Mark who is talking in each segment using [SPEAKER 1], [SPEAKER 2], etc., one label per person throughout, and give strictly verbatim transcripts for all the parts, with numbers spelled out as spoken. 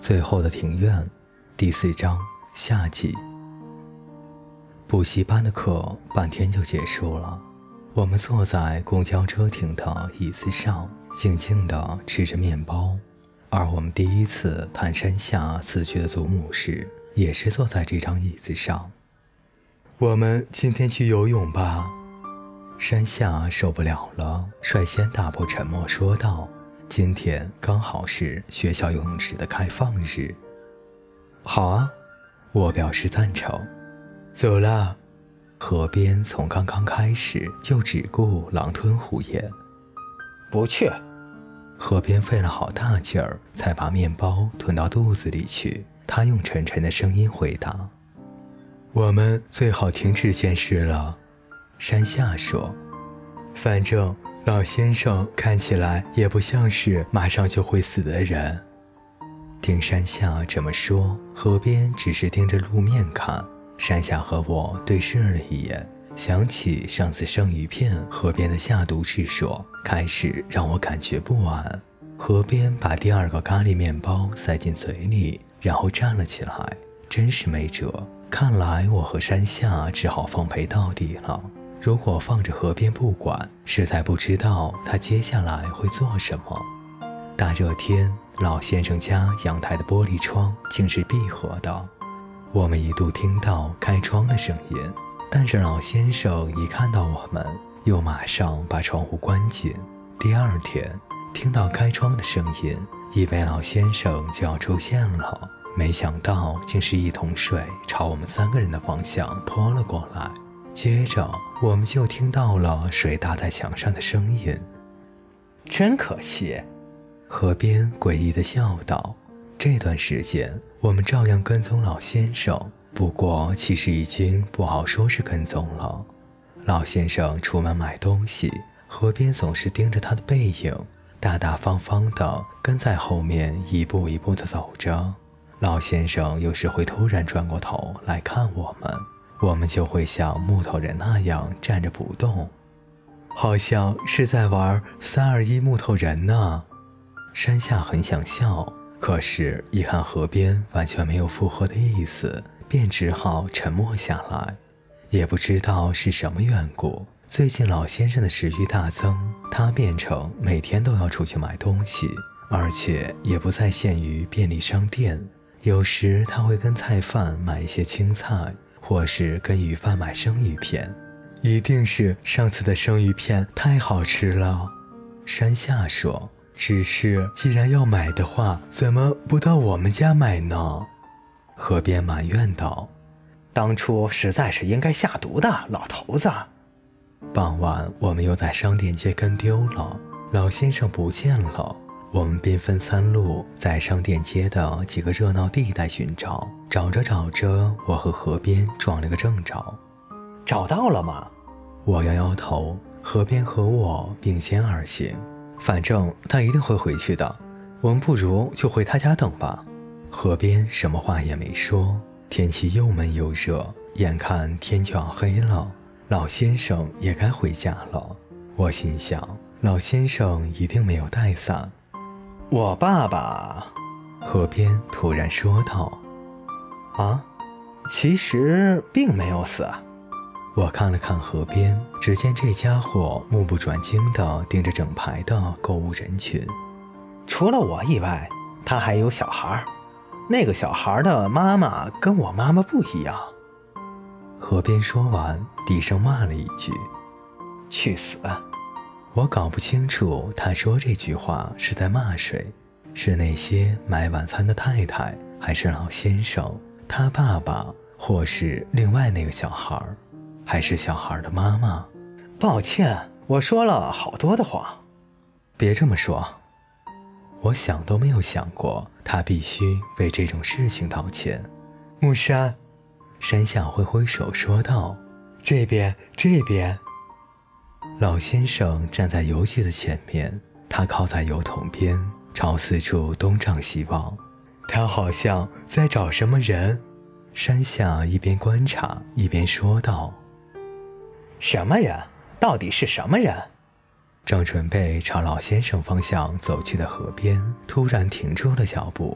[SPEAKER 1] 最后的庭院，第四章下集。补习班的课半天就结束了，我们坐在公交车停的椅子上，静静地吃着面包。而我们第一次谈山下死去的祖母时，也是坐在这张椅子上。我们今天去游泳吧。山下受不了了，率先打破沉默说道，今天刚好是学校游泳池的开放日。好啊，我表示赞成。走了。河边从刚刚开始就只顾狼吞虎咽。不去。河边费了好大劲儿才把面包吞到肚子里去，他用沉沉的声音回答，我们最好停止件事了。山下说，反正老先生看起来也不像是马上就会死的人。听山下这么说，河边只是盯着路面看。山下和我对视了一眼，想起上次生鱼片河边的下毒之说，开始让我感觉不安。河边把第二个咖喱面包塞进嘴里，然后站了起来，真是没辙。看来我和山下只好奉陪到底了。如果放着河边不管，实在不知道他接下来会做什么。大热天，老先生家阳台的玻璃窗竟是闭合的，我们一度听到开窗的声音，但是老先生一看到我们，又马上把窗户关紧。第二天听到开窗的声音，以为老先生就要出现了，没想到竟是一桶水朝我们三个人的方向泼了过来。接着我们就听到了水打在墙上的声音。真可惜，河边诡异地笑道，这段时间我们照样跟踪老先生，不过其实已经不好说是跟踪了。老先生出门买东西，河边总是盯着他的背影，大大方方地跟在后面一步一步地走着。老先生有时会突然转过头来看我们，我们就会像木头人那样站着不动，好像是在玩三二一木头人呢。山下很想笑，可是一看河边完全没有附和的意思，便只好沉默下来。也不知道是什么缘故，最近老先生的食欲大增，他变成每天都要出去买东西，而且也不再限于便利商店，有时他会跟菜贩买一些青菜，或是跟鱼贩买生鱼片。一定是上次的生鱼片太好吃了。山下说，只是既然要买的话，怎么不到我们家买呢？河边埋怨道，当初实在是应该下毒的，老头子。傍晚我们又在商店街跟丢了，老先生不见了。我们兵分三路，在商店街的几个热闹地带寻找，找着找着，我和河边撞了个正着。找到了吗？我摇摇头，河边和我并肩而行。反正他一定会回去的，我们不如就回他家等吧。河边什么话也没说。天气又闷又热，眼看天就要黑了，老先生也该回家了。我心想，老先生一定没有带伞。我爸爸，河边突然说道，啊，其实并没有死。我看了看河边，只见这家伙目不转睛地盯着整排的购物人群。除了我以外，他还有小孩，那个小孩的妈妈跟我妈妈不一样。河边说完，低声骂了一句，去死。我搞不清楚他说这句话是在骂谁，是那些买晚餐的太太，还是老先生，他爸爸，或是另外那个小孩，还是小孩的妈妈。抱歉，我说了好多的话。别这么说。我想都没有想过他必须为这种事情道歉。木山，山下挥挥手说道，这边这边。老先生站在邮局的前面，他靠在邮筒边，朝四处东张西望。他好像在找什么人。山下一边观察一边说道，什么人？到底是什么人？正准备朝老先生方向走去的河边突然停住了脚步，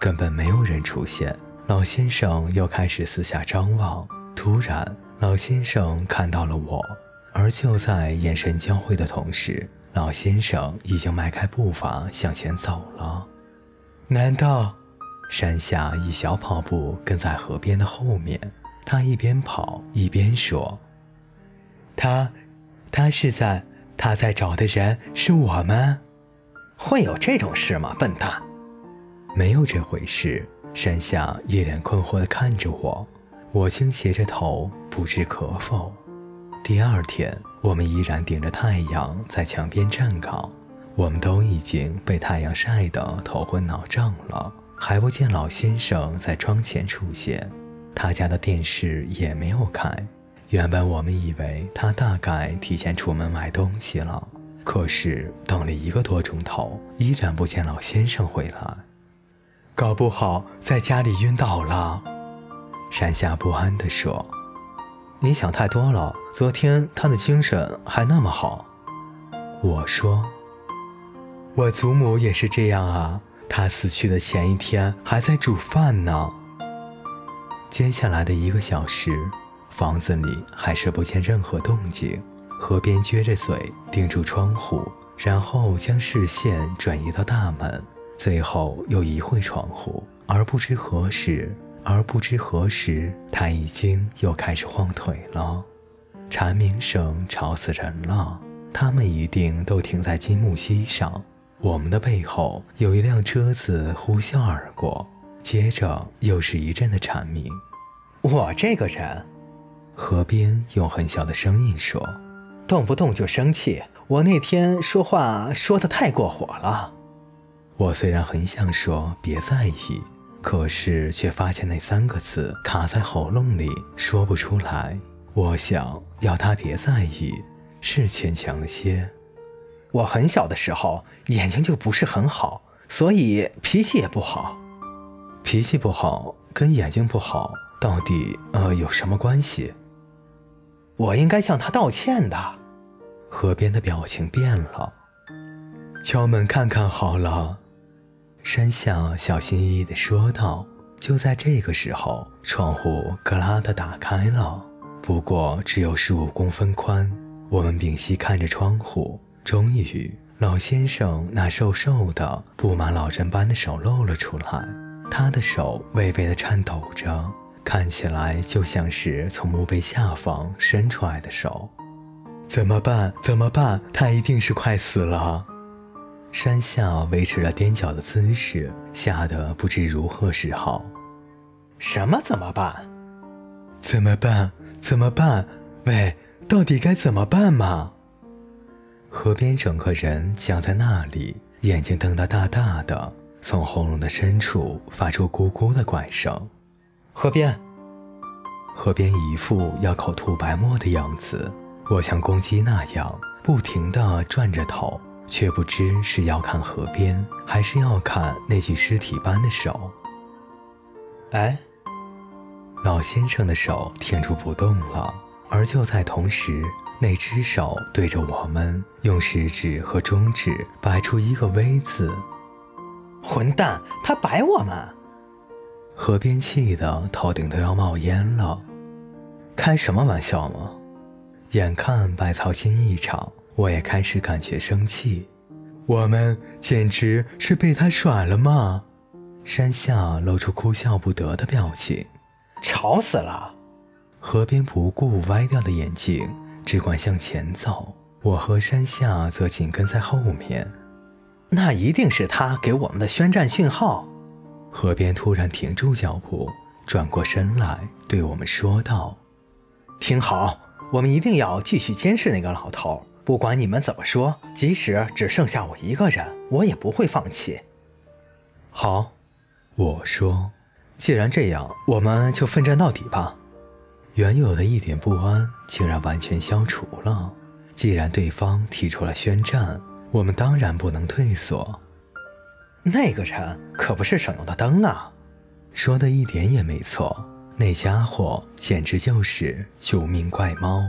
[SPEAKER 1] 根本没有人出现。老先生又开始四下张望，突然，老先生看到了我，而就在眼神交汇的同时，老先生已经迈开步伐向前走了。难道？山下一小跑步跟在河边的后面，他一边跑一边说：“他，他是在，他在找的人是我们？会有这种事吗，笨蛋？没有这回事。”山下一脸困惑地看着我，我倾斜着头，不知可否。第二天，我们依然顶着太阳在墙边站岗，我们都已经被太阳晒得头昏脑胀了，还不见老先生在窗前出现，他家的电视也没有开。原本我们以为他大概提前出门买东西了，可是等了一个多钟头，依然不见老先生回来。搞不好在家里晕倒了，山下不安地说。你想太多了，昨天他的精神还那么好。我说，我祖母也是这样啊，她死去的前一天还在煮饭呢。接下来的一个小时，房子里还是不见任何动静，河边撅着嘴盯住窗户，然后将视线转移到大门，最后又移回窗户，而不知何时而不知何时他已经又开始晃腿了。蝉鸣声吵死人了，他们一定都停在金木溪上。我们的背后有一辆车子呼啸而过，接着又是一阵的蝉鸣。我这个人，河边用很小的声音说，动不动就生气，我那天说话说得太过火了。我虽然很想说别在意，可是却发现那三个字卡在喉咙里，说不出来。我想要他别在意，是牵强了些。我很小的时候眼睛就不是很好，所以脾气也不好。脾气不好跟眼睛不好到底呃有什么关系？我应该向他道歉的。河边的表情变了。敲门看看好了。山下小心翼翼地说道。就在这个时候，窗户咯啦地打开了，不过只有十五公分宽。我们屏息看着窗户，终于老先生那瘦瘦的布满老人斑的手露了出来，他的手微微地颤抖着，看起来就像是从墓碑下方伸出来的手。怎么办？怎么办？他一定是快死了。山下维持着踮脚的姿势，吓得不知如何是好。什么怎么办？怎么办？怎么办？喂，到底该怎么办嘛？河边整个人僵在那里，眼睛瞪得大大的，从喉咙的深处发出咕咕的怪声。河边，河边一副要口吐白沫的样子，我像公鸡那样不停地转着头，却不知是要看河边，还是要看那具尸体般的手。哎，老先生的手停住不动了，而就在同时，那只手对着我们，用食指和中指摆出一个 V 字。混蛋，他摆我们！河边气得头顶都要冒烟了。开什么玩笑吗？眼看白操心一场，我也开始感觉生气。我们简直是被他甩了吗？山下露出哭笑不得的表情。吵死了！河边不顾歪掉的眼镜，只管向前走，我和山下则紧跟在后面。那一定是他给我们的宣战讯号。河边突然停住脚步，转过身来对我们说道：听好，我们一定要继续监视那个老头，不管你们怎么说，即使只剩下我一个人，我也不会放弃。好，我说，既然这样，我们就奋战到底吧。原有的一点不安竟然完全消除了。既然对方提出了宣战，我们当然不能退缩。那个人可不是省油的灯啊。说的一点也没错，那家伙简直就是救命怪猫。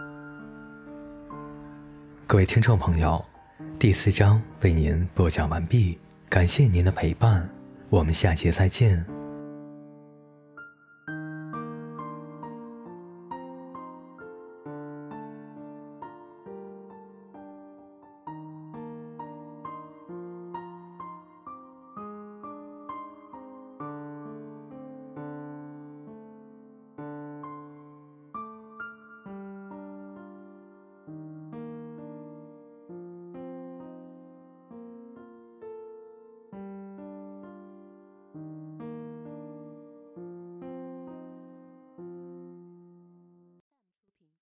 [SPEAKER 1] 各位听众朋友，第四章为您播讲完毕，感谢您的陪伴。 我们下节再见。